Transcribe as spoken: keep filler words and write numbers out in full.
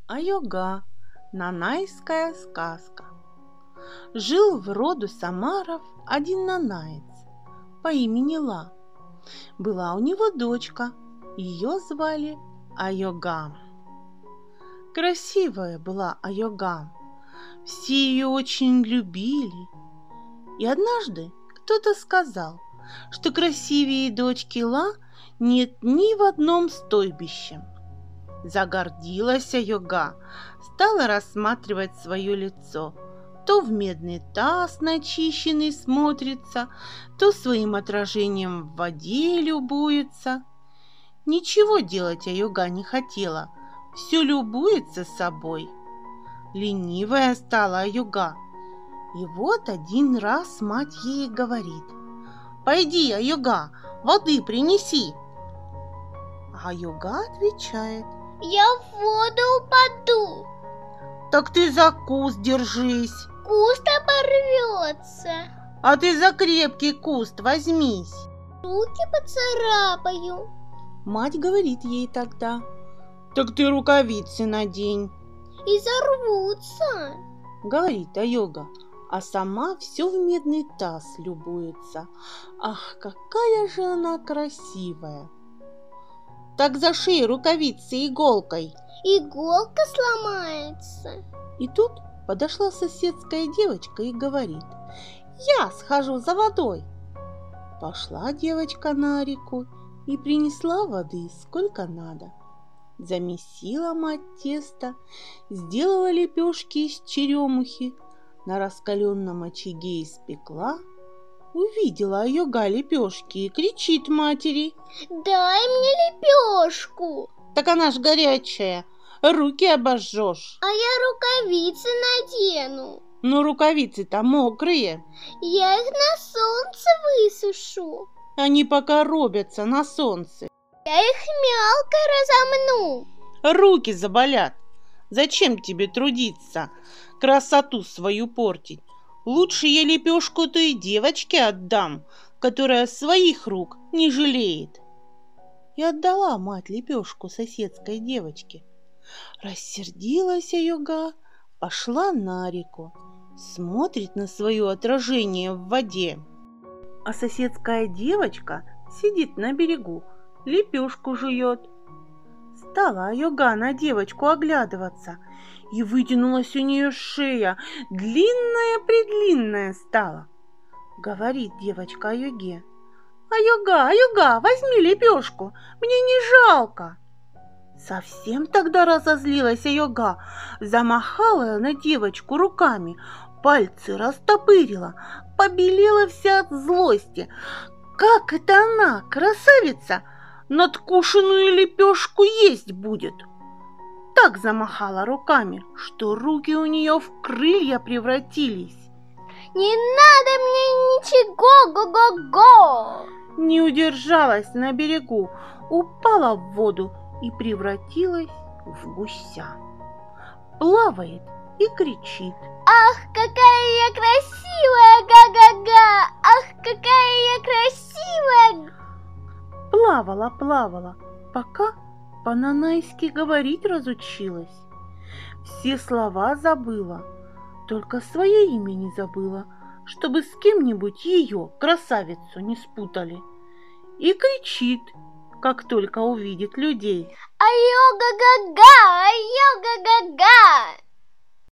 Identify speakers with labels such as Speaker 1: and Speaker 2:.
Speaker 1: Айога. Нанайская сказка. Жил в роду Самаров один нанаец по имени Ла. Была у него дочка, ее звали Айога. Красивая была Айога, все ее очень любили. И однажды кто-то сказал, что красивее дочки Ла нет ни в одном стойбище. Загордилась Айога, стала рассматривать свое лицо. То в медный таз начищенный смотрится, то своим отражением в воде любуется. Ничего делать Айога не хотела, все любуется собой. Ленивая стала Айога. И вот один раз мать ей говорит: «Пойди, Айога, воды принеси». Айога отвечает:
Speaker 2: «Я в воду упаду».
Speaker 1: «Так ты за куст держись».
Speaker 2: «Куст оборвется».
Speaker 1: «А ты за крепкий куст возьмись».
Speaker 2: «Руки поцарапаю».
Speaker 1: Мать говорит ей тогда: «Так ты рукавицы надень».
Speaker 2: «И зарвутся».
Speaker 1: Говорит Айога, а сама все в медный таз любуется. Ах, какая же она красивая! «Так зашей рукавицы иголкой».
Speaker 2: «Иголка сломается».
Speaker 1: И тут подошла соседская девочка и говорит: «Я схожу за водой». Пошла девочка на реку и принесла воды сколько надо. Замесила мать тесто, сделала лепешки из черемухи, на раскаленном очаге испекла. Увидела Айога лепешки и кричит матери:
Speaker 2: «Дай мне лепешку».
Speaker 1: «Так она ж горячая, руки обожжешь».
Speaker 2: «А я рукавицы надену».
Speaker 1: «Ну, рукавицы-то мокрые».
Speaker 2: «Я их на солнце высушу».
Speaker 1: «Они пока робятся на солнце».
Speaker 2: «Я их мелко разомну».
Speaker 1: «Руки заболят. Зачем тебе трудиться, красоту свою портить? Лучше я лепешку той девочке отдам, которая своих рук не жалеет». И отдала мать лепешку соседской девочке. Рассердилась Айога, пошла на реку, смотрит на свое отражение в воде. А соседская девочка сидит на берегу, лепешку жует. Стала Айога на девочку оглядываться, и вытянулась у нее шея, длинная-предлинная стала. Говорит девочка Айоге: «Айога, Айога, возьми лепешку, мне не жалко». Совсем тогда разозлилась Айога, замахала на девочку руками, пальцы растопырила, побелела вся от злости. Как это она, красавица, надкушенную лепешку есть будет? Так замахала руками, что руки у нее в крылья превратились.
Speaker 2: «Не надо мне ничего, го-го-го!»
Speaker 1: Не удержалась на берегу, упала в воду и превратилась в гуся. Плавает и кричит:
Speaker 2: «Ах, какая я красивая, га-га-га! Ах, какая я красивая!»
Speaker 1: Плавала, плавала, пока по-нанайски говорить разучилась. Все слова забыла, только свое имя не забыла, чтобы с кем-нибудь ее, красавицу, не спутали. И кричит, как только увидит людей:
Speaker 2: «Айога-га-га!